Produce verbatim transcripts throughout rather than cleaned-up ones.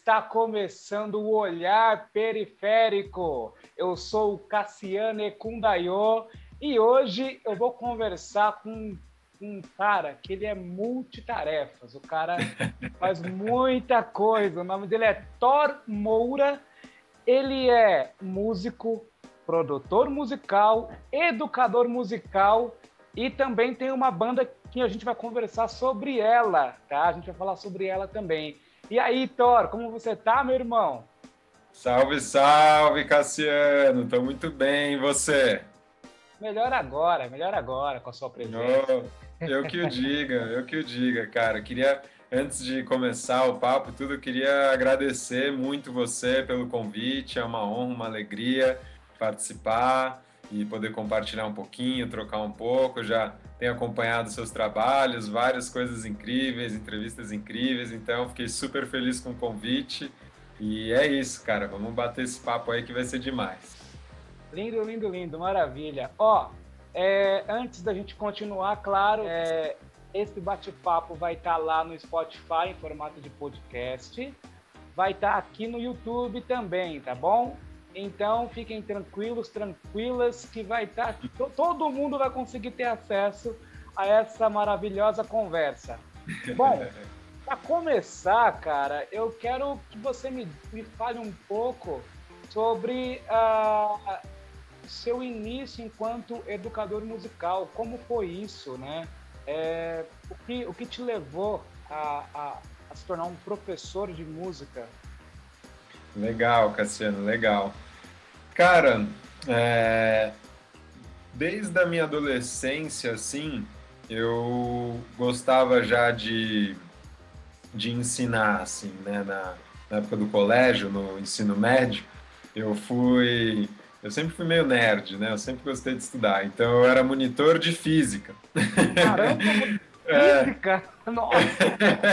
Está começando o Olhar Periférico. Eu sou o Cassiano Ekundayo e hoje eu vou conversar com um cara que ele é multitarefas. O cara faz muita coisa. O nome dele é Thor Moura. Ele é músico, produtor musical, educador musical e também tem uma banda que a gente vai conversar sobre ela, tá? A gente vai falar sobre ela também. E aí, Thor, como você tá, meu irmão? Salve, salve, Cassiano! Tô muito bem, e você? Melhor agora, melhor agora com a sua presença. Oh, eu que o diga, eu que o diga, cara. Queria, antes de começar o papo, e tudo, eu queria agradecer muito você pelo convite. É uma honra, uma alegria participar e poder compartilhar um pouquinho, trocar um pouco. Eu já tenho acompanhado seus trabalhos, várias coisas incríveis, entrevistas incríveis, então fiquei super feliz com o convite. E é isso, cara. Vamos bater esse papo aí que vai ser demais. Lindo, lindo, lindo, maravilha. Ó, é, antes da gente continuar, claro, é, esse bate-papo vai estar lá no Spotify em formato de podcast, vai estar aqui no YouTube também, tá bom? Então fiquem tranquilos, tranquilas, que vai estar, todo mundo vai conseguir ter acesso a essa maravilhosa conversa. Bom, para começar, cara, eu quero que você me, me fale um pouco sobre uh, seu início enquanto educador musical. Como foi isso, né? É, o, que, o que te levou a, a, a se tornar um professor de música? Legal, Cassiano, legal. Cara, é, desde a minha adolescência, assim, eu gostava já de, de ensinar, assim, né? Na, na época do colégio, no ensino médio, eu fui... Eu sempre fui meio nerd, né? Eu sempre gostei de estudar. Então, eu era monitor de física. Caramba, É, física! Nossa!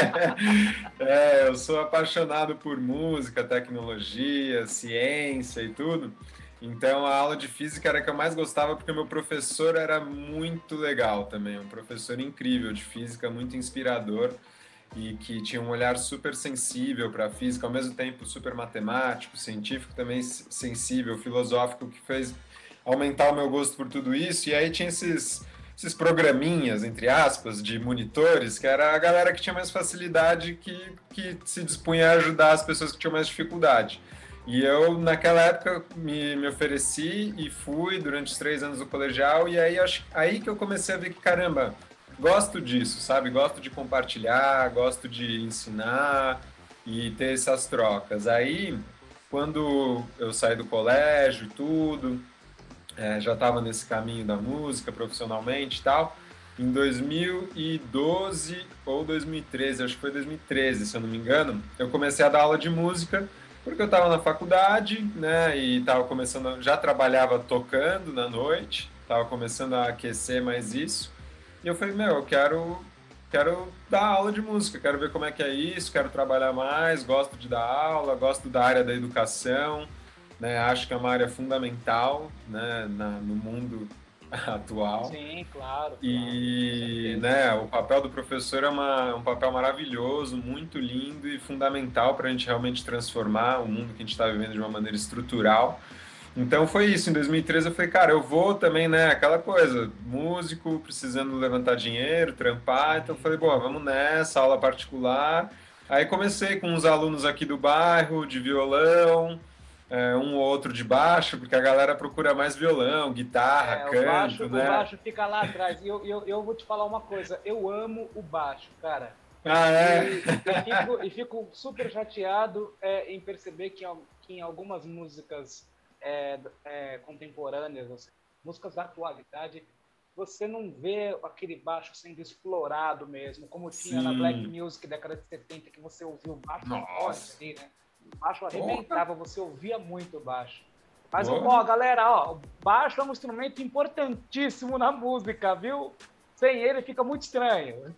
é, eu sou apaixonado por música, tecnologia, ciência e tudo. Então a aula de física era a que eu mais gostava porque o meu professor era muito legal também, um professor incrível de física, muito inspirador e que tinha um olhar super sensível para a física, ao mesmo tempo super matemático, científico, também sensível, filosófico, que fez aumentar o meu gosto por tudo isso. E aí tinha esses esses programinhas, entre aspas, de monitores, que era a galera que tinha mais facilidade, que, que se dispunha a ajudar as pessoas que tinham mais dificuldade. E eu, naquela época, me, me ofereci e fui durante os três anos do colegial, e aí, acho, aí que eu comecei a ver que, caramba, gosto disso, sabe? Gosto de compartilhar, gosto de ensinar e ter essas trocas. Aí, quando eu saí do colégio e tudo, é, já estava nesse caminho da música profissionalmente e tal. Em dois mil e doze ou dois mil e treze, acho que foi dois mil e treze, se eu não me engano, eu comecei a dar aula de música porque eu estava na faculdade, né, e estava começando, já trabalhava tocando na noite, estava começando a aquecer mais isso. E eu falei, meu, eu quero, quero dar aula de música, quero ver como é que é isso, quero trabalhar mais, gosto de dar aula, gosto da área da educação. Né, acho que é uma área fundamental, né, na, no mundo atual. Sim, claro, claro, com E certeza. né, o papel do professor é uma, um papel maravilhoso, muito lindo e fundamental para a gente realmente transformar o mundo que a gente está vivendo de uma maneira estrutural. Então foi isso, em dois mil e treze eu falei, cara, eu vou também, né, aquela coisa, músico, precisando levantar dinheiro, trampar, então eu falei, bom, vamos nessa, aula particular. Aí comecei com uns alunos aqui do bairro, de violão, é, um ou outro de baixo, porque a galera procura mais violão, guitarra, É, o baixo, canto, o né? baixo fica lá atrás. E eu, eu, eu vou te falar uma coisa, eu amo o baixo, cara. Ah, é? E, e, fico, e fico super chateado é, em perceber que, que em algumas músicas é, é, contemporâneas, ou seja, músicas da atualidade, você não vê aquele baixo sendo explorado mesmo, como tinha na Black Sim. Music década de setenta, que você ouvia o baixo forte Nossa. ali, né? O baixo Porra. arrebentava, você ouvia muito o baixo. Mas, ó, Porra. galera, ó, o baixo é um instrumento importantíssimo na música, viu? Sem ele fica muito estranho.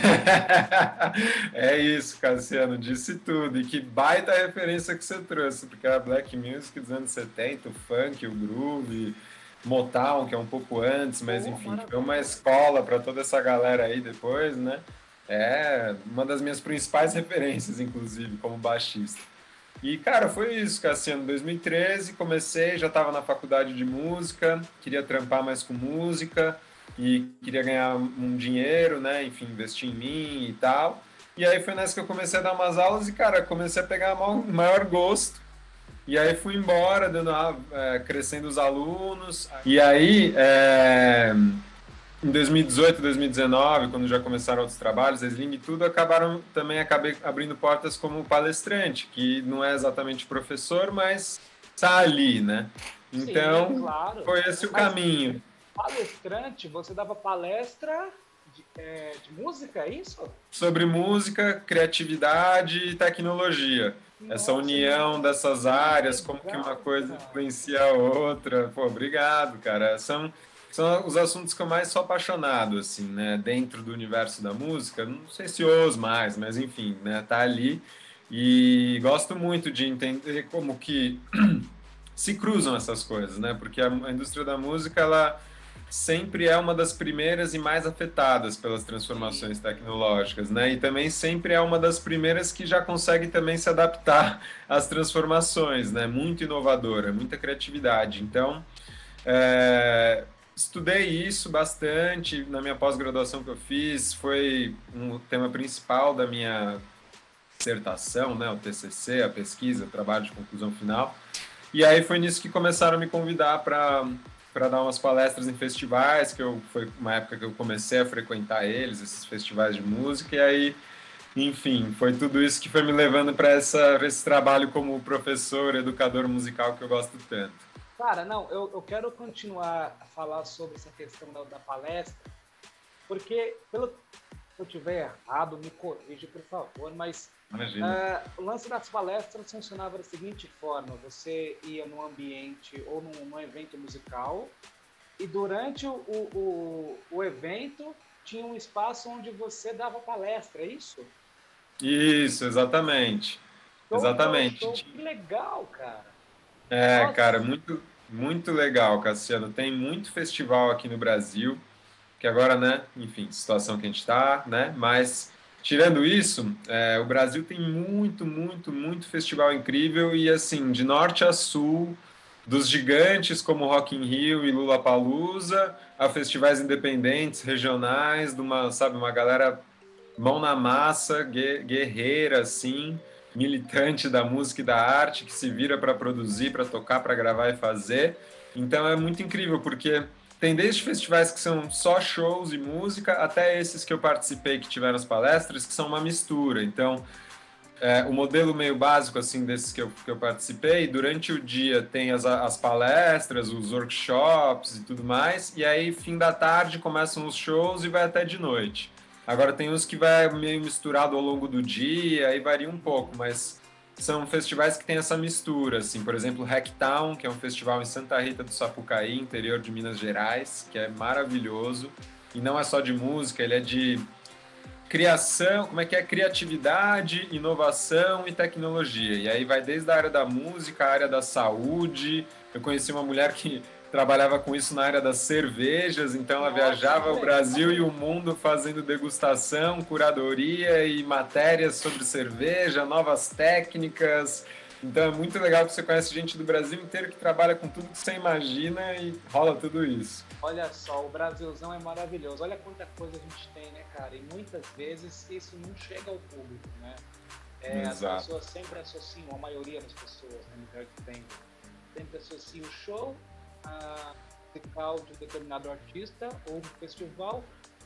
É isso, Cassiano, disse tudo. E que baita referência que você trouxe, porque a Black Music dos anos setenta, o funk, o groove, Motown, que é um pouco antes, mas Pô, enfim, foi uma maravilha. escola para toda essa galera aí depois, né? É uma das minhas principais referências, inclusive, como baixista. E, cara, foi isso, Cassiano. Em dois mil e treze comecei, já estava na faculdade de música, queria trampar mais com música e queria ganhar um dinheiro, né? Enfim, investir em mim e tal. E aí foi nessa que eu comecei a dar umas aulas e, cara, comecei a pegar maior gosto. E aí fui embora, dando, é, crescendo os alunos. E aí, é, em dois mil e dezoito, dois mil e dezenove, quando já começaram outros trabalhos, a Sling e tudo, acabaram também acabei abrindo portas como palestrante, que não é exatamente professor, mas está ali, né? Então, sim, claro. Foi esse o mas, caminho. Palestrante, você dava palestra de, é, de música, é isso? Sobre música, criatividade e tecnologia. Nossa, essa união dessas áreas, legal, como que uma coisa influencia a outra. Pô, obrigado, cara. São, são os assuntos que eu mais sou apaixonado, assim, né? Dentro do universo da música, não sei se os mais, mas enfim, né? Tá ali. E gosto muito de entender como que se cruzam essas coisas, né? Porque a, a indústria da música, ela sempre é uma das primeiras e mais afetadas pelas transformações tecnológicas, né? E também sempre é uma das primeiras que já consegue também se adaptar às transformações, né? Muito inovadora, muita criatividade. Então, é, estudei isso bastante na minha pós-graduação que eu fiz, foi um tema principal da minha dissertação, né? O T C C, a pesquisa, o trabalho de conclusão final. E aí foi nisso que começaram a me convidar para para dar umas palestras em festivais, que eu, foi uma época que eu comecei a frequentar eles, esses festivais de música, e aí, enfim, foi tudo isso que foi me levando para esse trabalho como professor, educador musical que eu gosto tanto. Cara, não, eu, eu quero continuar a falar sobre essa questão da, da palestra, porque, pelo, se eu estiver errado, me corrija, por favor, mas uh, o lance das palestras funcionava da seguinte forma: você ia num ambiente ou num, num evento musical e durante o, o, o evento tinha um espaço onde você dava palestra, é isso? Isso, exatamente. Show, exatamente. Show, show. Que legal, cara. É, nossa, cara, muito, muito legal, Cassiano. Tem muito festival aqui no Brasil, que agora, né, enfim, situação que a gente está, né, mas tirando isso, é, o Brasil tem muito, muito, muito festival incrível e, assim, de norte a sul, dos gigantes como Rock in Rio e Lollapalooza, a festivais independentes, regionais, de uma, sabe, uma galera mão na massa, guerreira, assim, militante da música e da arte, que se vira para produzir, para tocar, para gravar e fazer. Então é muito incrível, porque tem desde festivais que são só shows e música, até esses que eu participei, que tiveram as palestras, que são uma mistura. Então, é, o modelo meio básico, assim, desses que eu, que eu participei, durante o dia tem as, as palestras, os workshops e tudo mais, e aí, fim da tarde, começam os shows e vai até de noite. Agora, tem uns que vai meio misturado ao longo do dia, aí varia um pouco, mas são festivais que tem essa mistura, assim, por exemplo, o Hacktown, que é um festival em Santa Rita do Sapucaí, interior de Minas Gerais, que é maravilhoso, e não é só de música, ele é de criação, como é que é? Criatividade, inovação e tecnologia, e aí vai desde a área da música, a área da saúde. Eu conheci uma mulher que trabalhava com isso na área das cervejas, então ela viajava o Brasil e o mundo fazendo degustação, curadoria e matérias sobre cerveja, novas técnicas. Então é muito legal que você conhece gente do Brasil inteiro que trabalha com tudo que você imagina e rola tudo isso. Olha só, o Brasilzão é maravilhoso. Olha quanta coisa a gente tem, né, cara? E muitas vezes isso não chega ao público, né? É, as pessoas sempre associam, a maioria das pessoas, né, no que tem, sempre associam o show a musical de um determinado artista ou um festival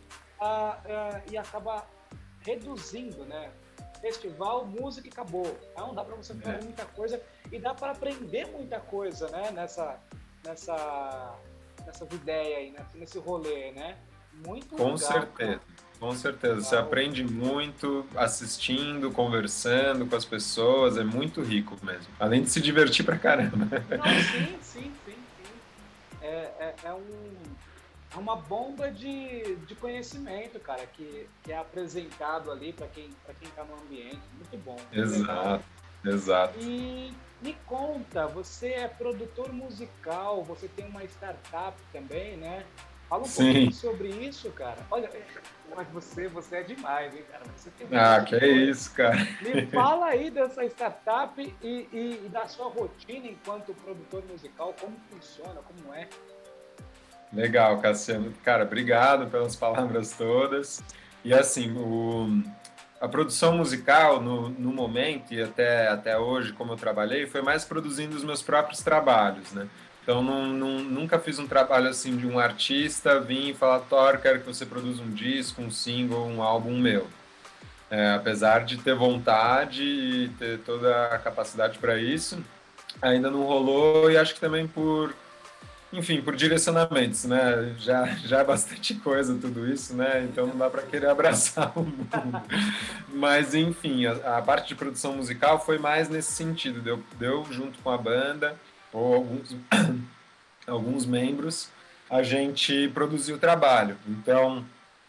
a, a, e acaba reduzindo, né? Festival, música e acabou. Não, dá para você fazer é. muita coisa e dá para aprender muita coisa, né? Nessa, nessa, nessas ideias aí, né? Nesse rolê, né? Muito Com legal, certeza. Cara. Com certeza, você aprende muito assistindo, conversando com as pessoas, é muito rico mesmo. Além de se divertir pra caramba. Não, sim, sim, sim, sim. É, é, é, um, é uma bomba de, de conhecimento, cara, que, que é apresentado ali para quem, pra quem tá no ambiente. Muito bom. Muito exato, legal. exato. E me conta, você é produtor musical, você tem uma startup também, né? Fala um Sim. pouquinho sobre isso, cara. Olha, mas você, você é demais, hein, cara? Você tem Ah, que é isso, cara. Me fala aí dessa startup e, e, e da sua rotina enquanto produtor musical, como funciona, como é? Legal, Cassiano. Cara, obrigado pelas palavras todas. E assim, o, a produção musical, no, no momento e até, até hoje, como eu trabalhei, foi mais produzindo os meus próprios trabalhos, né? Então, não, não, nunca fiz um trabalho assim de um artista vir e falar, Thor, quero que você produza um disco, um single, um álbum meu. É, apesar de ter vontade e ter toda a capacidade para isso, ainda não rolou e acho que também por, enfim, por direcionamentos, né? Já, já é bastante coisa tudo isso, né? Então não dá para querer abraçar o mundo. Mas, enfim, a, a parte de produção musical foi mais nesse sentido. Deu, deu junto com a banda, ou alguns, alguns membros, a gente produziu o trabalho. Então,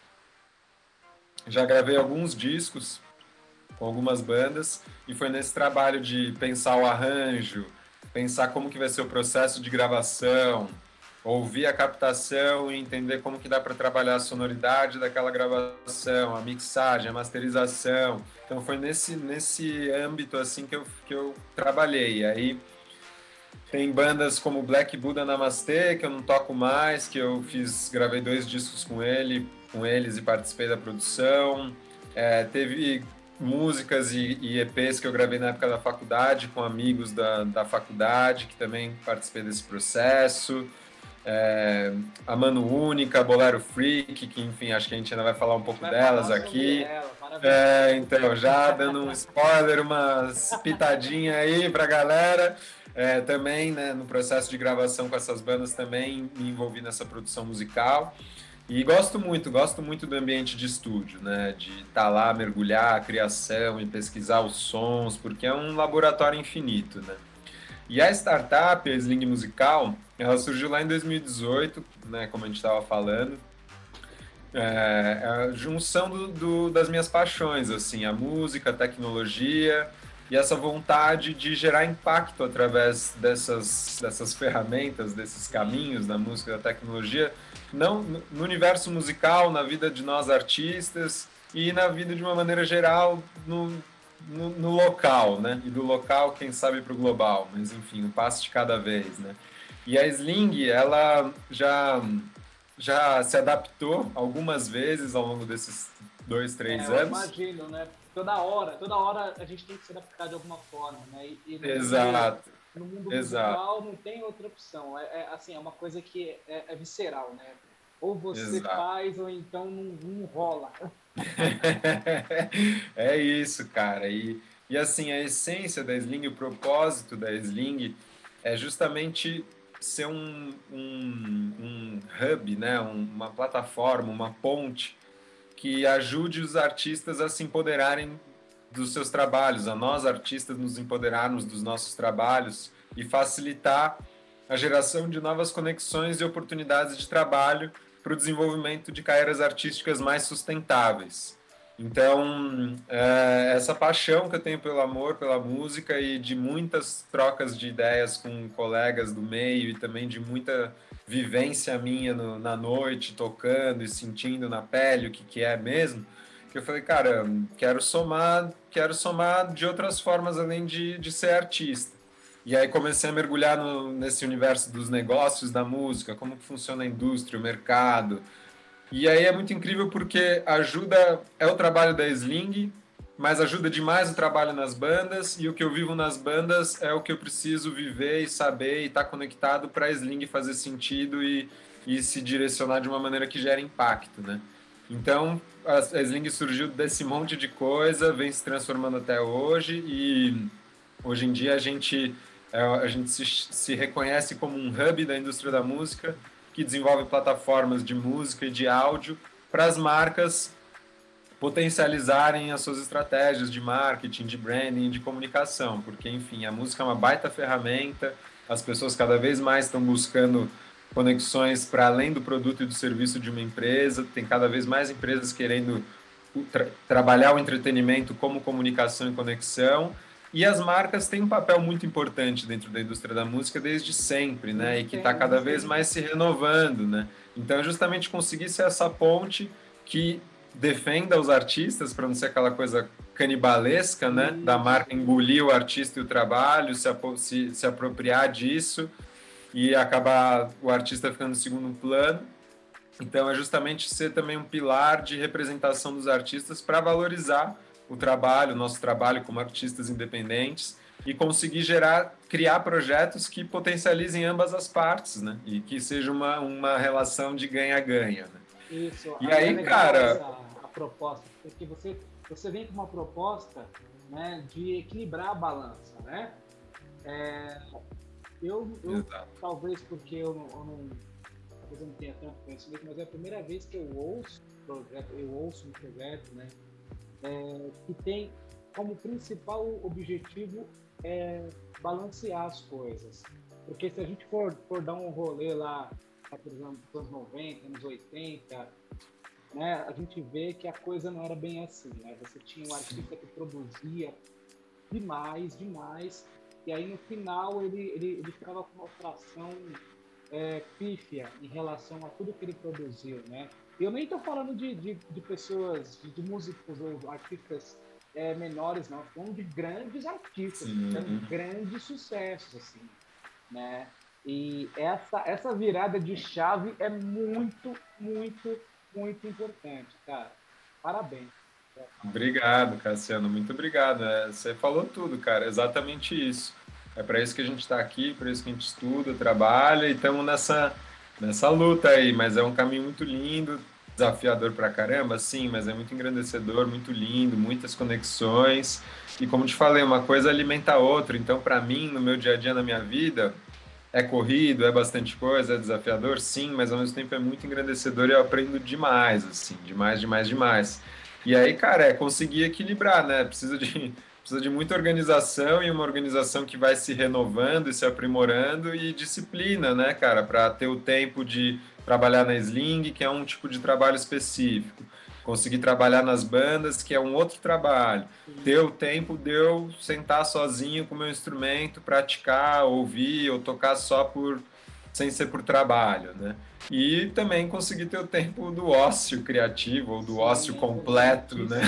já gravei alguns discos com algumas bandas e foi nesse trabalho de pensar o arranjo, pensar como que vai ser o processo de gravação, ouvir a captação e entender como que dá para trabalhar a sonoridade daquela gravação, a mixagem, a masterização. Então foi nesse nesse âmbito assim que eu que eu trabalhei. Aí tem bandas como Black Buddha Namastê, que eu não toco mais, que eu fiz, gravei dois discos com ele, com eles e participei da produção. É, teve músicas e, e E Pês que eu gravei na época da faculdade, com amigos da, da faculdade, que também participei desse processo. É, a Mano Única, Bolero Freak, que enfim, acho que a gente ainda vai falar um pouco Vai delas falar aqui. ela, é, então, já dando um spoiler, umas pitadinhas aí pra galera. É, também, né, no processo de gravação com essas bandas, também me envolvi nessa produção musical. E gosto muito, gosto muito do ambiente de estúdio, né? De estar lá, mergulhar a criação e pesquisar os sons, porque é um laboratório infinito, né? E a startup, a Sling Musical, ela surgiu lá em dois mil e dezoito, né? Como a gente estava falando. É, é a junção do, do, das minhas paixões, assim, a música, a tecnologia e essa vontade de gerar impacto através dessas, dessas ferramentas, desses caminhos da música e da tecnologia, não no universo musical, na vida de nós artistas e na vida de uma maneira geral no, no, no local, né? E do local, quem sabe, para o global, mas enfim, um passo de cada vez, né? E a Sling, ela já, já se adaptou algumas vezes ao longo desses dois, três é, eu anos. imagino, né? Toda hora, toda hora a gente tem que se adaptar de alguma forma, né? E, e no Exato. Mundo, no mundo Exato. musical não tem outra opção. É, é assim, é uma coisa que é, é visceral, né? Ou você Exato. faz ou então não, não rola. É isso, cara. E, e assim, a essência da Sling, o propósito da Sling é justamente ser um, um, um hub, né? Um, uma plataforma, uma ponte que ajude os artistas a se empoderarem dos seus trabalhos, a nós artistas nos empoderarmos dos nossos trabalhos e facilitar a geração de novas conexões e oportunidades de trabalho para o desenvolvimento de carreiras artísticas mais sustentáveis. Então, é, essa paixão que eu tenho pelo amor, pela música e de muitas trocas de ideias com colegas do meio e também de muita vivência minha no, na noite, tocando e sentindo na pele o que, que é mesmo, que eu falei, cara, quero somar, quero somar de outras formas além de, de ser artista. E aí comecei a mergulhar no, nesse universo dos negócios da música, como que funciona a indústria, o mercado. E aí é muito incrível porque ajuda, é o trabalho da Sling, mas ajuda demais o trabalho nas bandas, e o que eu vivo nas bandas é o que eu preciso viver e saber e estar conectado para a Sling fazer sentido e, e se direcionar de uma maneira que gere impacto, né? Então, a, a Sling surgiu desse monte de coisa, vem se transformando até hoje, e hoje em dia a gente, a gente se, se reconhece como um hub da indústria da música, que desenvolve plataformas de música e de áudio para as marcas potencializarem as suas estratégias de marketing, de branding, de comunicação, porque, enfim, a música é uma baita ferramenta, as pessoas cada vez mais estão buscando conexões para além do produto e do serviço de uma empresa, tem cada vez mais empresas querendo tra- trabalhar o entretenimento como comunicação e conexão, E as marcas têm um papel muito importante dentro da indústria da música desde sempre, né? E que está cada vez mais se renovando, né? Então, é justamente conseguir ser essa ponte que defenda os artistas para não ser aquela coisa canibalesca, né? Da marca engolir o artista e o trabalho, se, se, se apropriar disso e acabar o artista ficando em segundo plano. Então, é justamente ser também um pilar de representação dos artistas para valorizar o trabalho, o nosso trabalho como artistas independentes e conseguir gerar, criar projetos que potencializem ambas as partes, né? E que seja uma, uma relação de ganha-ganha, né? Isso. E aí, é cara... Essa, a proposta, porque você, você vem com uma proposta, né, de equilibrar a balança, né? É, eu, eu talvez porque eu não... Eu não talvez eu não tenha tanto conhecimento, mas é a primeira vez que eu ouço projeto, eu ouço um projeto, né, é, que tem como principal objetivo é balancear as coisas. Porque se a gente for, for dar um rolê lá, por exemplo, nos anos noventa, anos oitenta, né, a gente vê que a coisa não era bem assim, né? Você tinha um artista que produzia demais, demais, e aí no final ele, ele, ele ficava com uma fração é, pífia em relação a tudo que ele produziu, né? E eu nem estou falando de, de, de pessoas, de, de músicos ou artistas é, menores, não. Estou falando de grandes artistas, de grandes sucessos, assim, né? E essa, essa virada de chave é muito, muito, muito importante, cara. Parabéns. Obrigado, Cassiano. Muito obrigado. É, você falou tudo, cara. Exatamente isso. É para isso que a gente está aqui, para isso que a gente estuda, trabalha e estamos nessa, nessa luta aí. Mas é um caminho muito lindo, desafiador pra caramba, sim, mas é muito engrandecedor, muito lindo, muitas conexões. E como te falei, uma coisa alimenta a outra. Então, para mim, no meu dia a dia, na minha vida, é corrido, é bastante coisa, é desafiador, sim, mas ao mesmo tempo é muito engrandecedor e eu aprendo demais, assim, demais, demais, demais. E aí, cara, é conseguir equilibrar, né? Precisa de, precisa de muita organização e uma organização que vai se renovando e se aprimorando e disciplina, né, cara? Para ter o tempo de trabalhar na Sling, que é um tipo de trabalho específico. Conseguir trabalhar nas bandas, que é um outro trabalho. Ter o tempo de eu sentar sozinho com o meu instrumento, praticar, ouvir ou tocar só por sem ser por trabalho, né? E também conseguir ter o tempo do ócio criativo ou do Sim, ócio completo, né?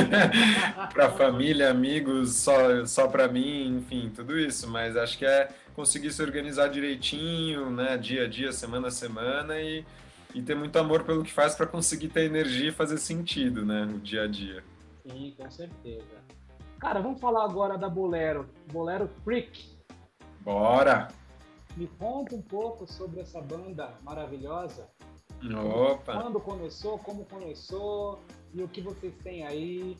Para família, amigos, só, só para mim, enfim, tudo isso. Mas acho que é conseguir se organizar direitinho, né? Dia a dia, semana a semana e, e ter muito amor pelo que faz para conseguir ter energia e fazer sentido, né? No dia a dia. Sim, com certeza. Cara, vamos falar agora da Bolero. Bolero Freak. Bora! Me conta um pouco sobre essa banda maravilhosa. Opa! Quando começou, como começou e o que vocês têm aí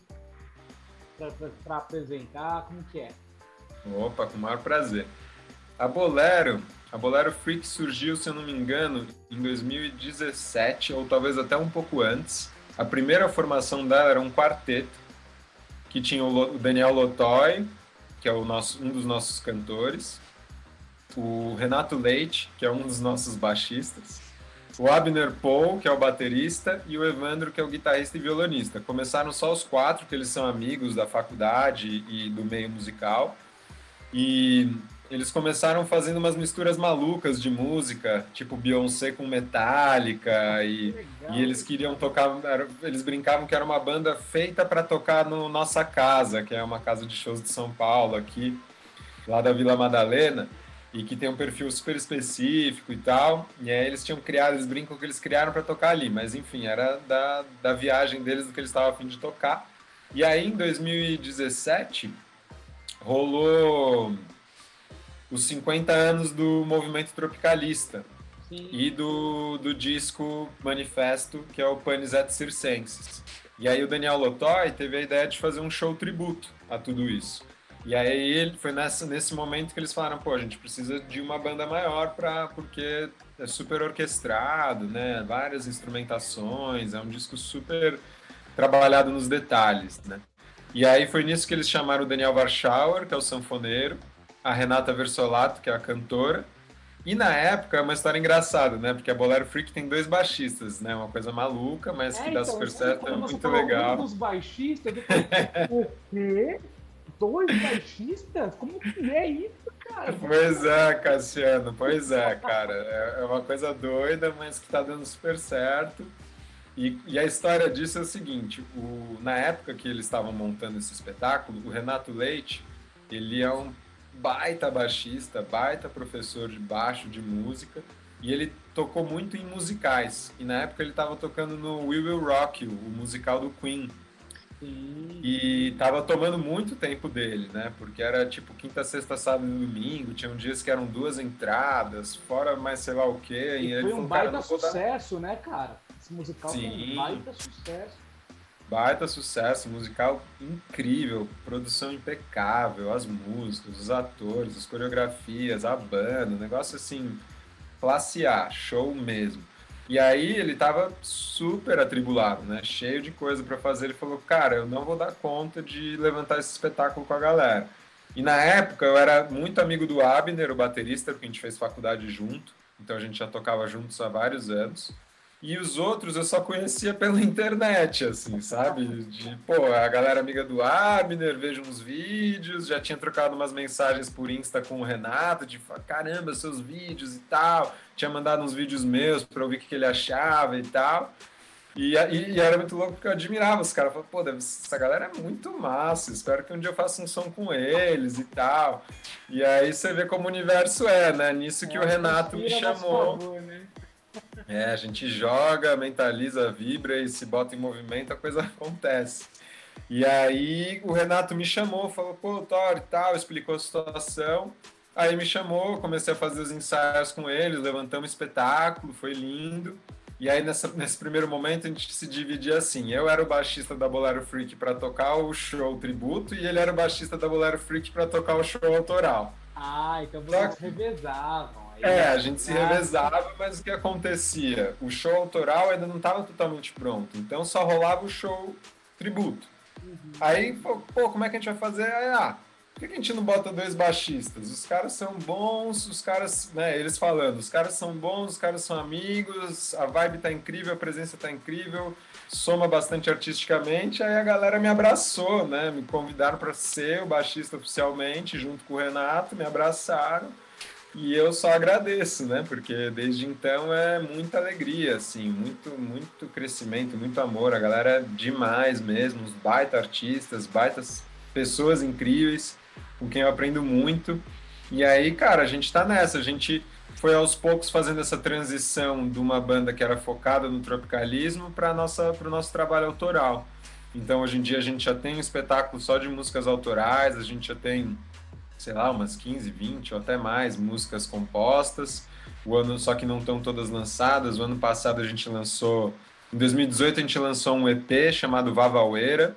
para apresentar, como que é? Opa, com o maior prazer. A Bolero, a Bolero Freak surgiu, se eu não me engano, em dois mil e dezessete, ou talvez até um pouco antes. A primeira formação dela era um quarteto, que tinha o Daniel Lotoi, que é o nosso, um dos nossos cantores, o Renato Leite, que é um dos nossos baixistas, o Abner Paul, que é o baterista, e o Evandro, que é o guitarrista e violonista. Começaram só os quatro, que eles são amigos da faculdade e do meio musical, e eles começaram fazendo umas misturas malucas de música, tipo Beyoncé com Metallica, e, e eles queriam tocar, eles brincavam que era uma banda feita para tocar no Nossa Casa, que é uma casa de shows de São Paulo, aqui, lá da Vila Madalena, e que tem um perfil super específico e tal, e aí eles tinham criado, eles brincam que eles criaram para tocar ali, mas enfim, era da, da viagem deles, do que eles estavam a fim de tocar. E aí, em dois mil e dezessete, rolou os cinquenta anos do movimento tropicalista. Sim. E do, do disco Manifesto, que é o Panis et Circenses. E aí o Daniel Lotoi teve a ideia de fazer um show tributo a tudo isso. E aí foi nessa, nesse momento que eles falaram, pô, a gente precisa de uma banda maior pra, porque é super orquestrado, né? Várias instrumentações, é um disco super trabalhado nos detalhes, né? E aí foi nisso que eles chamaram o Daniel Warschauer, que é o sanfoneiro, a Renata Versolato, que é a cantora, e na época é uma história engraçada, né? Porque a Bolero Freak tem dois baixistas, né? Uma coisa maluca, mas é, que dá então, super certo, é muito legal. Um dos baixistas, o quê? Dois baixistas? Como que é isso, cara? Pois é, Cassiano, pois é, cara. É é uma coisa doida, mas que tá dando super certo. E, e a história disso é o seguinte, o, na época que eles estavam montando esse espetáculo, o Renato Leite, ele é um baita baixista, baita professor de baixo, de música, e ele tocou muito em musicais. E na época ele estava tocando no We Will Rock You, o musical do Queen. Sim. E tava tomando muito tempo dele, né? Porque era tipo quinta, sexta, sábado e domingo, tinham dias que eram duas entradas, fora mais sei lá o quê. E, E foi ele um falou, cara, baita não vou dar. sucesso, né, cara? Esse musical foi um Sim, baita sucesso. baita sucesso, musical incrível, produção impecável, as músicas, os atores, as coreografias, a banda, um negócio assim, classe A, show mesmo. E aí ele tava super atribulado, né? Cheio de coisa para fazer. Ele falou, cara, eu não vou dar conta de levantar esse espetáculo com a galera. E na época eu era muito amigo do Abner, o baterista, porque a gente fez faculdade junto. Então a gente já tocava juntos há vários anos. E os outros eu só conhecia pela internet, assim, sabe? De, pô, a galera amiga do Abner, vejo uns vídeos, já tinha trocado umas mensagens por Insta com o Renato, de caramba, seus vídeos e tal. Tinha mandado uns vídeos meus pra eu ver o que ele achava e tal. E, e, e era muito louco porque eu admirava os caras. Falei, pô, deve, essa galera é muito massa, espero que um dia eu faça um som com eles e tal. E aí você vê como o universo é, né? Nisso que É, o Renato me chamou. favor, né? É, a gente joga, mentaliza, vibra e se bota em movimento, a coisa acontece. E aí o Renato me chamou, falou, pô, Thor e tal, explicou a situação. Aí me chamou, comecei a fazer os ensaios com eles, levantamos um espetáculo, foi lindo. E aí nessa, nesse primeiro momento a gente se dividia assim, eu era o baixista da Bolero Freak para tocar o show tributo e ele era o baixista da Bolero Freak para tocar o show autoral. Ah, então vocês se revezavam. Aí, É, a gente se ah, revezava, mas o que acontecia? O show autoral ainda não estava totalmente pronto, então só rolava o show tributo. Uhum. Aí, pô, como é que a gente vai fazer? Aí, ah, por que a gente não bota dois baixistas? Os caras são bons, os caras, né, eles falando, os caras são bons, os caras são amigos, a vibe tá incrível, a presença tá incrível, soma bastante artisticamente, aí a galera me abraçou, né, me convidaram para ser o baixista oficialmente, junto com o Renato, me abraçaram, e eu só agradeço, né, porque desde então é muita alegria, assim, muito, muito crescimento, muito amor, a galera é demais mesmo, os baita artistas, baitas pessoas incríveis, com quem eu aprendo muito. E aí, cara, a gente tá nessa. A gente foi aos poucos fazendo essa transição de uma banda que era focada no tropicalismo para nossa para o nosso trabalho autoral. Então, hoje em dia a gente já tem um espetáculo só de músicas autorais, a gente já tem, sei lá, umas quinze, vinte ou até mais músicas compostas. O ano só que não estão todas lançadas. O ano passado a gente lançou, em dois mil e dezoito a gente lançou um E P chamado Vavaueira,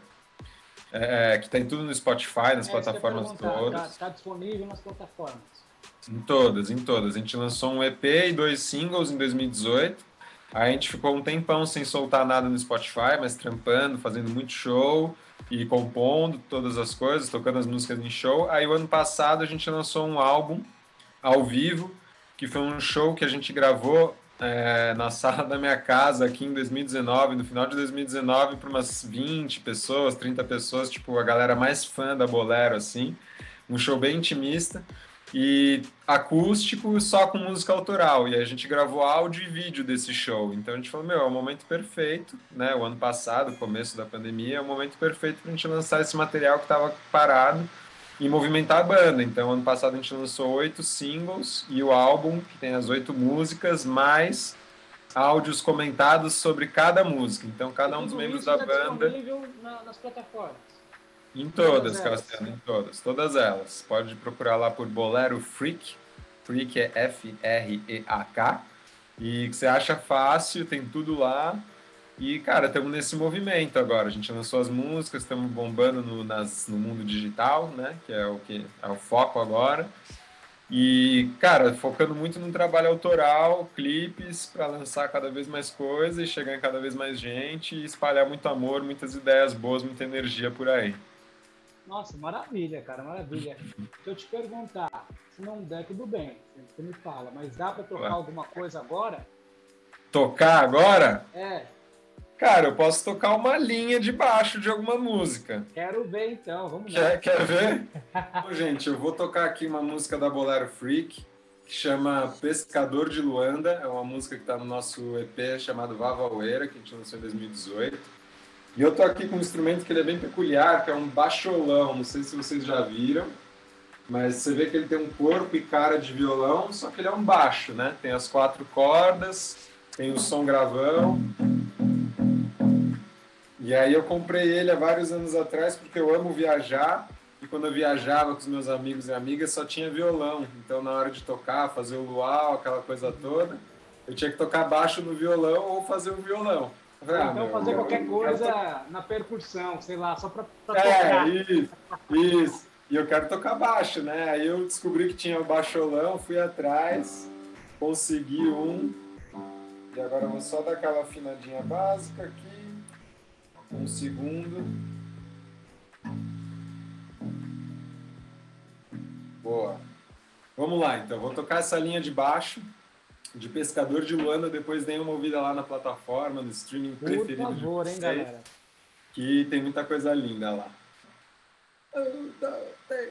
é, que tem tudo no Spotify, nas é, plataformas todas. Está tá disponível nas plataformas. Em todas, em todas. A gente lançou um E P e dois singles em dois mil e dezoito. Aí a gente ficou um tempão sem soltar nada no Spotify, mas trampando, fazendo muito show e compondo todas as coisas, tocando as músicas em show. Aí o ano passado a gente lançou um álbum ao vivo, que foi um show que a gente gravou É, na sala da minha casa aqui em dois mil e dezenove, no final de dois mil e dezenove, para umas vinte pessoas, trinta pessoas, tipo, a galera mais fã da Bolero, assim. Um show bem intimista e acústico, só com música autoral. E a gente gravou áudio e vídeo desse show. Então a gente falou, meu, é o momento perfeito, né? O ano passado, começo da pandemia, é o momento perfeito para a gente lançar esse material que estava parado e movimentar a banda. Então, ano passado a gente lançou oito singles e o álbum, que tem as oito músicas, mais áudios comentados sobre cada música. Então, cada um dos membros da banda... disponível na, nas plataformas? Em todas, Cassiano, em todas. Todas elas. Pode procurar lá por Bolero Freak. Freak é F R E A K. E que você acha fácil, tem tudo lá. E, cara, estamos nesse movimento agora. A gente lançou as músicas, estamos bombando no, nas, no mundo digital, né? Que é o que é o foco agora. E, cara, focando muito no trabalho autoral, clipes, para lançar cada vez mais coisas e chegar em cada vez mais gente e espalhar muito amor, muitas ideias boas, muita energia por aí. Nossa, maravilha, cara, maravilha. Se eu te perguntar, se não der, tudo bem, você me fala, mas dá para tocar Ué. alguma coisa agora? Tocar agora? É. Cara, eu posso tocar uma linha de baixo de alguma música. Quero ver então, vamos lá. Quer, quer ver? Bom, gente, eu vou tocar aqui uma música da Bolero Freak, que chama Pescador de Luanda. É uma música que está no nosso E P chamado Vavaueira, que a gente lançou em dois mil e dezoito. E eu tô aqui com um instrumento que ele é bem peculiar, que é um baixolão. Não sei se vocês já viram, mas você vê que ele tem um corpo e cara de violão, só que ele é um baixo, né? Tem as quatro cordas, tem o som gravão. E aí eu comprei ele há vários anos atrás porque eu amo viajar, e quando eu viajava com os meus amigos e amigas só tinha violão. Então na hora de tocar, fazer o luau, aquela coisa toda, eu tinha que tocar baixo no violão ou fazer o violão. Falei, ah, então meu, fazer eu, qualquer eu, coisa eu na percussão, sei lá, só pra, pra tocar. É, isso, isso. E eu quero tocar baixo, né? Aí eu descobri que tinha o baixolão, fui atrás, consegui um. E agora eu vou só dar aquela afinadinha básica aqui. Um segundo. Boa. Vamos lá, então. Vou tocar essa linha de baixo, de Pescador de Luanda. Depois dei uma ouvida lá na plataforma, no streaming Por preferido favor, de hein, vocês, galera? que tem muita coisa linda lá. Um, dois, três.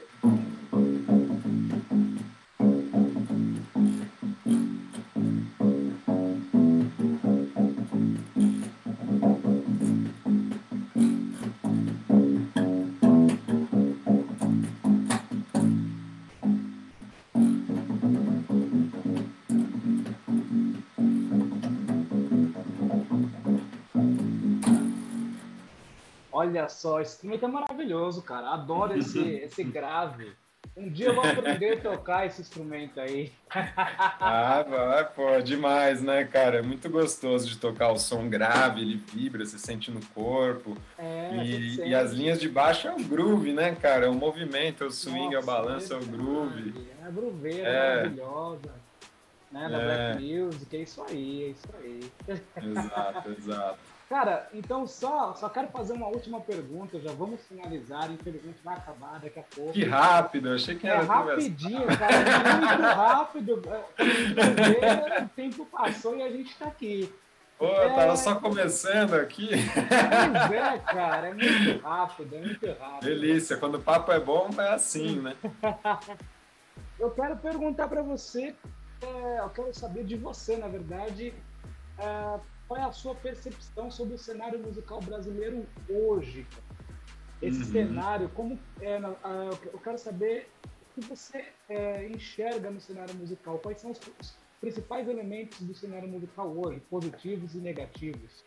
Olha só, esse instrumento é maravilhoso, cara. Adoro esse, esse grave. Um dia eu vou aprender a tocar esse instrumento aí. Ah, vai, pô, demais, né, cara? É muito gostoso de tocar o som grave, ele vibra, você sente no corpo. É, e, e as linhas de baixo é o groove, né, cara? É o movimento, é o swing, Nossa, é o balanço, é o groove. É a grooveira é. maravilhosa, né, da é. Black Music, é isso aí, é isso aí. Exato, exato. Cara, então só, só quero fazer uma última pergunta, já vamos finalizar, infelizmente vai acabar daqui a pouco. Que rápido, eu achei que era É rapidinho, conversar. Cara, é muito rápido. O tempo passou e a gente tá aqui. Pô, é... eu tava só começando aqui. Pois é, cara, é muito rápido, é muito rápido. Delícia, quando o papo é bom, é assim, né? Eu quero perguntar para você, é, eu quero saber de você, na verdade, é, qual é a sua percepção sobre o cenário musical brasileiro hoje? Esse uhum. cenário, como é, eu quero saber o que você é, enxerga no cenário musical, quais são os, os principais elementos do cenário musical hoje, positivos e negativos?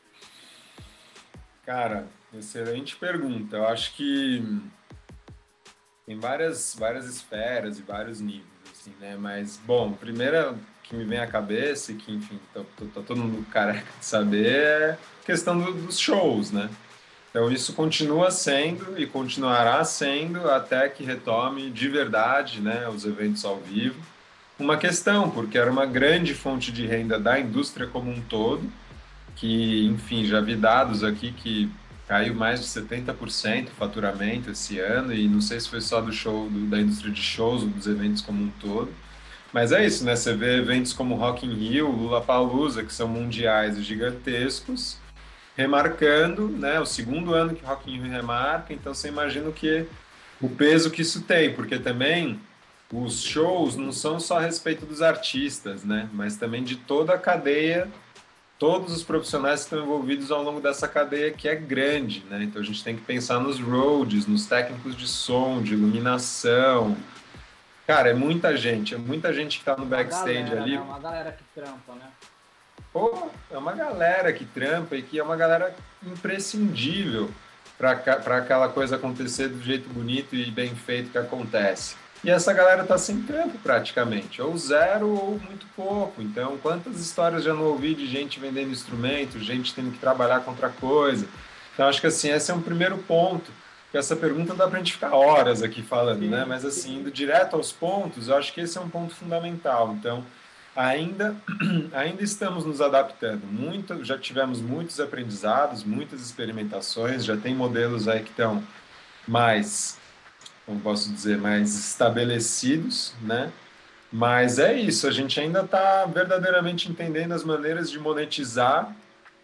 Cara, excelente pergunta. Eu acho que tem várias, várias esferas e vários níveis, assim, né? Mas, bom, primeira que me vem à cabeça e que, enfim, tá, tá todo mundo careca de saber é a questão do, dos shows, né? Então isso continua sendo e continuará sendo até que retome de verdade, né, os eventos ao vivo. Uma questão, porque era uma grande fonte de renda da indústria como um todo, que, enfim, já vi dados aqui que caiu mais de setenta por cento o faturamento esse ano, e não sei se foi só do show, do, da indústria de shows ou dos eventos como um todo. Mas é isso, né? Você vê eventos como Rock in Rio, Lollapalooza, que são mundiais e gigantescos, remarcando, né? O segundo ano que Rock in Rio remarca, então você imagina o, que, o peso que isso tem, porque também os shows não são só a respeito dos artistas, né? Mas também de toda a cadeia, todos os profissionais que estão envolvidos ao longo dessa cadeia que é grande, né? Então a gente tem que pensar nos roadies, nos técnicos de som, de iluminação. Cara, é muita gente, é muita gente que está no backstage galera, ali. É uma galera que trampa, né? Pô, é uma galera que trampa e que é uma galera imprescindível para aquela coisa acontecer do jeito bonito e bem feito que acontece. E essa galera tá sem trampo praticamente, ou zero ou muito pouco. Então, quantas histórias já não ouvi de gente vendendo instrumento, gente tendo que trabalhar com outra coisa. Então, acho que assim, esse é um primeiro ponto. Porque essa pergunta dá para a gente ficar horas aqui falando, sim, né? Mas assim, indo direto aos pontos, eu acho que esse é um ponto fundamental. Então, ainda, ainda estamos nos adaptando. Muito, já tivemos muitos aprendizados, muitas experimentações, já tem modelos aí que estão mais, como posso dizer, mais estabelecidos, né? Mas é isso, a gente ainda está verdadeiramente entendendo as maneiras de monetizar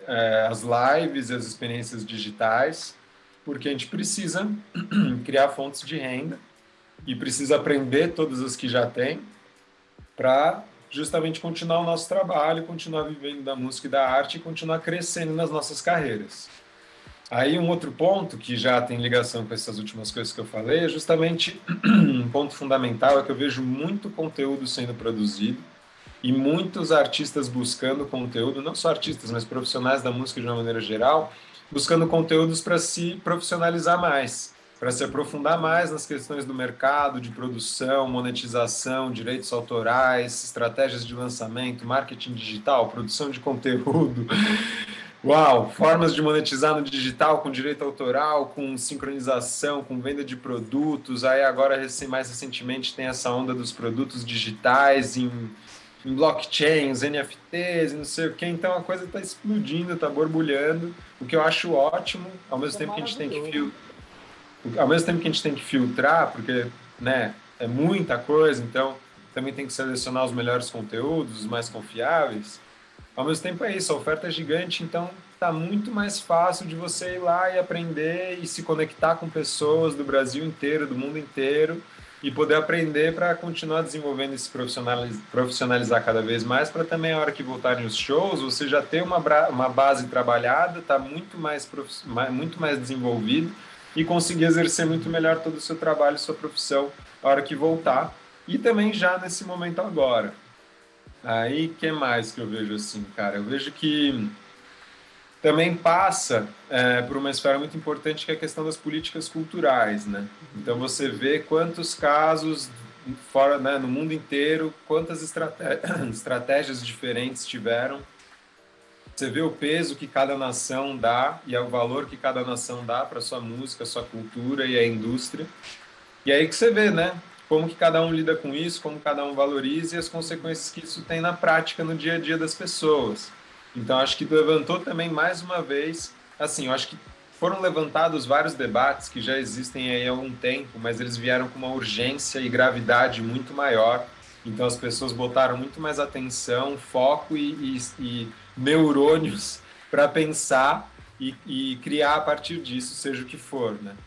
é, as lives e as experiências digitais, porque a gente precisa criar fontes de renda e precisa aprender todas as que já tem para justamente continuar o nosso trabalho, continuar vivendo da música e da arte e continuar crescendo nas nossas carreiras. Aí um outro ponto que já tem ligação com essas últimas coisas que eu falei é justamente um ponto fundamental, é que eu vejo muito conteúdo sendo produzido e muitos artistas buscando conteúdo, não só artistas, mas profissionais da música de uma maneira geral, buscando conteúdos para se profissionalizar mais, para se aprofundar mais nas questões do mercado, de produção, monetização, direitos autorais, estratégias de lançamento, marketing digital, produção de conteúdo. Uau, formas de monetizar no digital com direito autoral, com sincronização, com venda de produtos. Aí agora, mais recentemente, tem essa onda dos produtos digitais em, em blockchains, N F Ts, não sei o quê. Então a coisa está explodindo, está borbulhando, o que eu acho ótimo, ao mesmo tempo que a gente tem que fil... ao mesmo tempo que a gente tem que filtrar, porque, né, é muita coisa, então também tem que selecionar os melhores conteúdos, os mais confiáveis. Ao mesmo tempo é isso, a oferta é gigante, então está muito mais fácil de você ir lá e aprender e se conectar com pessoas do Brasil inteiro, do mundo inteiro, e poder aprender para continuar desenvolvendo e se profissionalizar, profissionalizar cada vez mais, para também, a hora que voltarem os shows, você já ter uma, uma base trabalhada, está muito mais, muito mais desenvolvido e conseguir exercer muito melhor todo o seu trabalho, sua profissão, a hora que voltar, e também já nesse momento agora. Aí, o que mais que eu vejo assim, cara? Eu vejo que também passa é, por uma esfera muito importante que é a questão das políticas culturais, né? Então, você vê quantos casos fora, né, no mundo inteiro, quantas estraté estratégias diferentes tiveram. Você vê o peso que cada nação dá e o valor que cada nação dá para sua música, sua cultura e a indústria. E aí que você vê, né? Como que cada um lida com isso, como cada um valoriza e as consequências que isso tem na prática, no dia a dia das pessoas. Então, acho que levantou também, mais uma vez, assim, eu acho que foram levantados vários debates que já existem aí há algum tempo, mas eles vieram com uma urgência e gravidade muito maior. Então, as pessoas botaram muito mais atenção, foco e, e, e neurônios para pensar e, e criar a partir disso, seja o que for, né?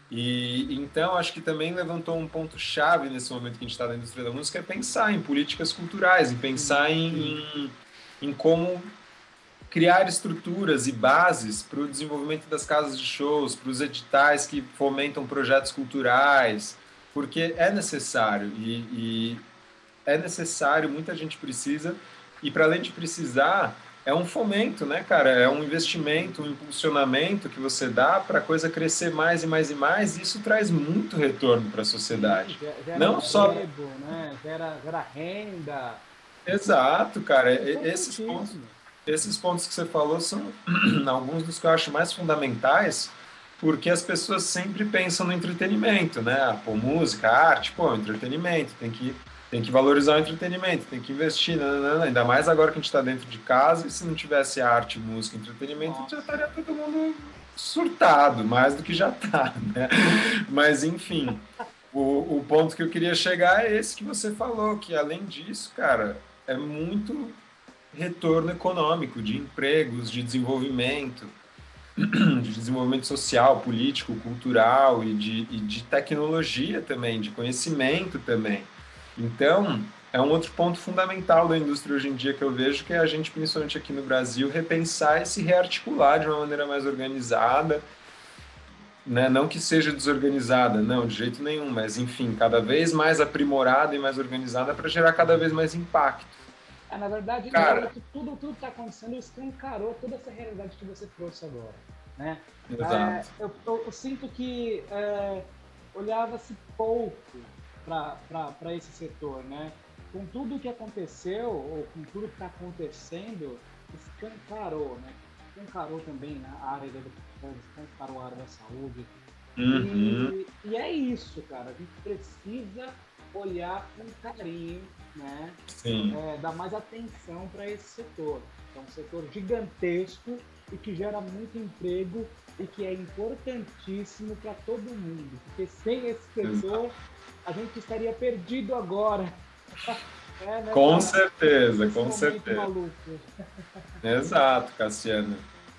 E então acho que também levantou um ponto chave nesse momento que a gente está na indústria da música, é pensar em políticas culturais, em pensar em, em, em como criar estruturas e bases para o desenvolvimento das casas de shows, para os editais que fomentam projetos culturais, porque é necessário e, e é necessário, muita gente precisa, e para além de precisar, é um fomento, né, cara? É um investimento, um impulsionamento que você dá para a coisa crescer mais e mais e mais, e isso traz muito retorno para a sociedade. Gera não emprego, só né? Gera, gera renda. Exato, cara. É Esses pontos, esses pontos que você falou são alguns dos que eu acho mais fundamentais, porque as pessoas sempre pensam no entretenimento, né? Ah, pô, música, arte, pô, entretenimento, tem que Tem que valorizar o entretenimento, tem que investir, não, não, não. Ainda mais agora que a gente está dentro de casa, e se não tivesse arte, música, entretenimento, Nossa. já estaria todo mundo surtado, mais do que já está, né? Mas, enfim, o, o ponto que eu queria chegar é esse que você falou, que além disso, cara, é muito retorno econômico, de empregos, de desenvolvimento, de desenvolvimento social, político, cultural e de, e de tecnologia também, de conhecimento também. Então, é um outro ponto fundamental da indústria hoje em dia que eu vejo, que é a gente, principalmente aqui no Brasil, repensar e se rearticular de uma maneira mais organizada, né? Não que seja desorganizada, não, de jeito nenhum, mas, enfim, cada vez mais aprimorada e mais organizada para gerar cada vez mais impacto. É, na verdade, Cara, que tudo tudo está acontecendo escancarou toda essa realidade que você trouxe agora, né? Exato. É, eu, eu, eu sinto que é, olhava-se pouco para esse setor, né? Com tudo o que aconteceu, ou com tudo que está acontecendo, escancarou, né? Escancarou também na área da educação, escancarou a área da saúde. Uhum. E, e é isso, cara. A gente precisa olhar com carinho, né? Sim. É, dar mais atenção para esse setor. É um setor gigantesco e que gera muito emprego e que é importantíssimo para todo mundo. Porque sem esse setor, a gente estaria perdido agora. É, né, Com cara? certeza, Esse com momento certeza. maluco. Exato, Cassiano.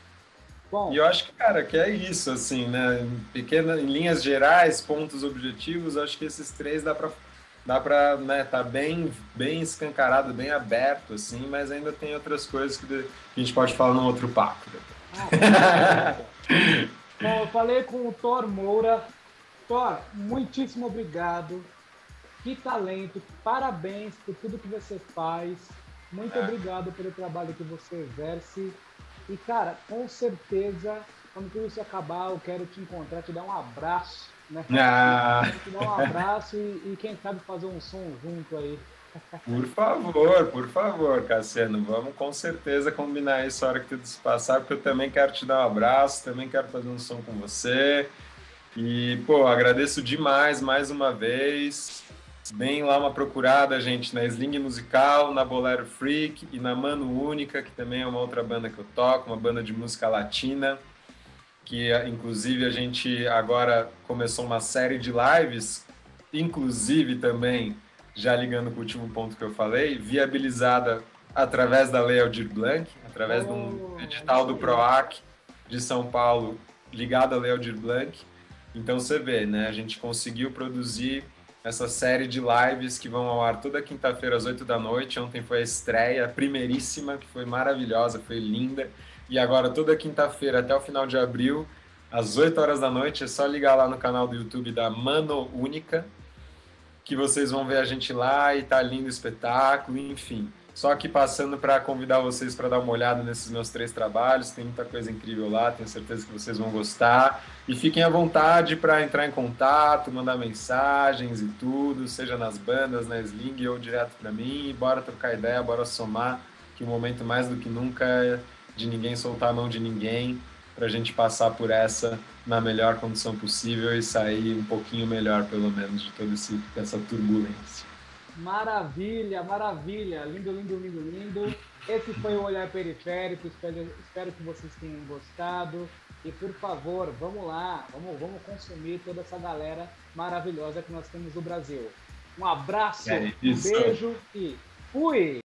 E Bom, eu acho que, cara, que é isso, assim, né? Em pequena, em linhas gerais, pontos objetivos, acho que esses três dá para dá para, né, tá bem, bem escancarado, bem aberto, assim, mas ainda tem outras coisas que, de- que a gente pode falar num outro papo. ah, com certeza. Bom, eu falei com o Thor Moura. Thor, muitíssimo obrigado. Que talento, parabéns por tudo que você faz. Muito Ah, obrigado pelo trabalho que você exerce. E, cara, com certeza, quando tudo isso acabar, eu quero te encontrar, te dar um abraço, né? ah, Quero te dar um abraço e, e quem sabe fazer um som junto aí. por favor, por favor, Cassiano, vamos com certeza combinar isso a hora que tudo se passar, porque eu também quero te dar um abraço, também quero fazer um som com você. E, pô, agradeço demais mais uma vez. Deem lá uma procurada, gente, na Sling Musical, na Bolero Freak e na Mano Única, que também é uma outra banda que eu toco, uma banda de música latina, que inclusive a gente agora começou uma série de lives, inclusive também, já ligando com o último ponto que eu falei, viabilizada através da Lei Aldir Blanc, através de um Oh, é edital isso do aí. PROAC de São Paulo, ligado à Lei Aldir Blanc. Então você vê, né? A gente conseguiu produzir essa série de lives que vão ao ar toda quinta-feira às oito da noite. Ontem foi a estreia, a primeiríssima, que foi maravilhosa, foi linda. E agora toda quinta-feira até o final de abril, às oito horas da noite, é só ligar lá no canal do YouTube da Mano Única, que vocês vão ver a gente lá e tá lindo o espetáculo, enfim. Só que passando para convidar vocês para dar uma olhada nesses meus três trabalhos, tem muita coisa incrível lá, tenho certeza que vocês vão gostar. E fiquem à vontade para entrar em contato, mandar mensagens e tudo, seja nas bandas, na Sling ou direto para mim. E bora trocar ideia, bora somar, que o momento mais do que nunca é de ninguém soltar a mão de ninguém, para a gente passar por essa na melhor condição possível e sair um pouquinho melhor, pelo menos, de toda esse, essa turbulência. Maravilha, maravilha. Lindo, lindo, lindo, lindo. Esse foi o Olhar Periférico. Espero, espero que vocês tenham gostado. E, por favor, vamos lá. Vamos, vamos consumir toda essa galera maravilhosa que nós temos no Brasil. Um abraço, É um isso. beijo e fui!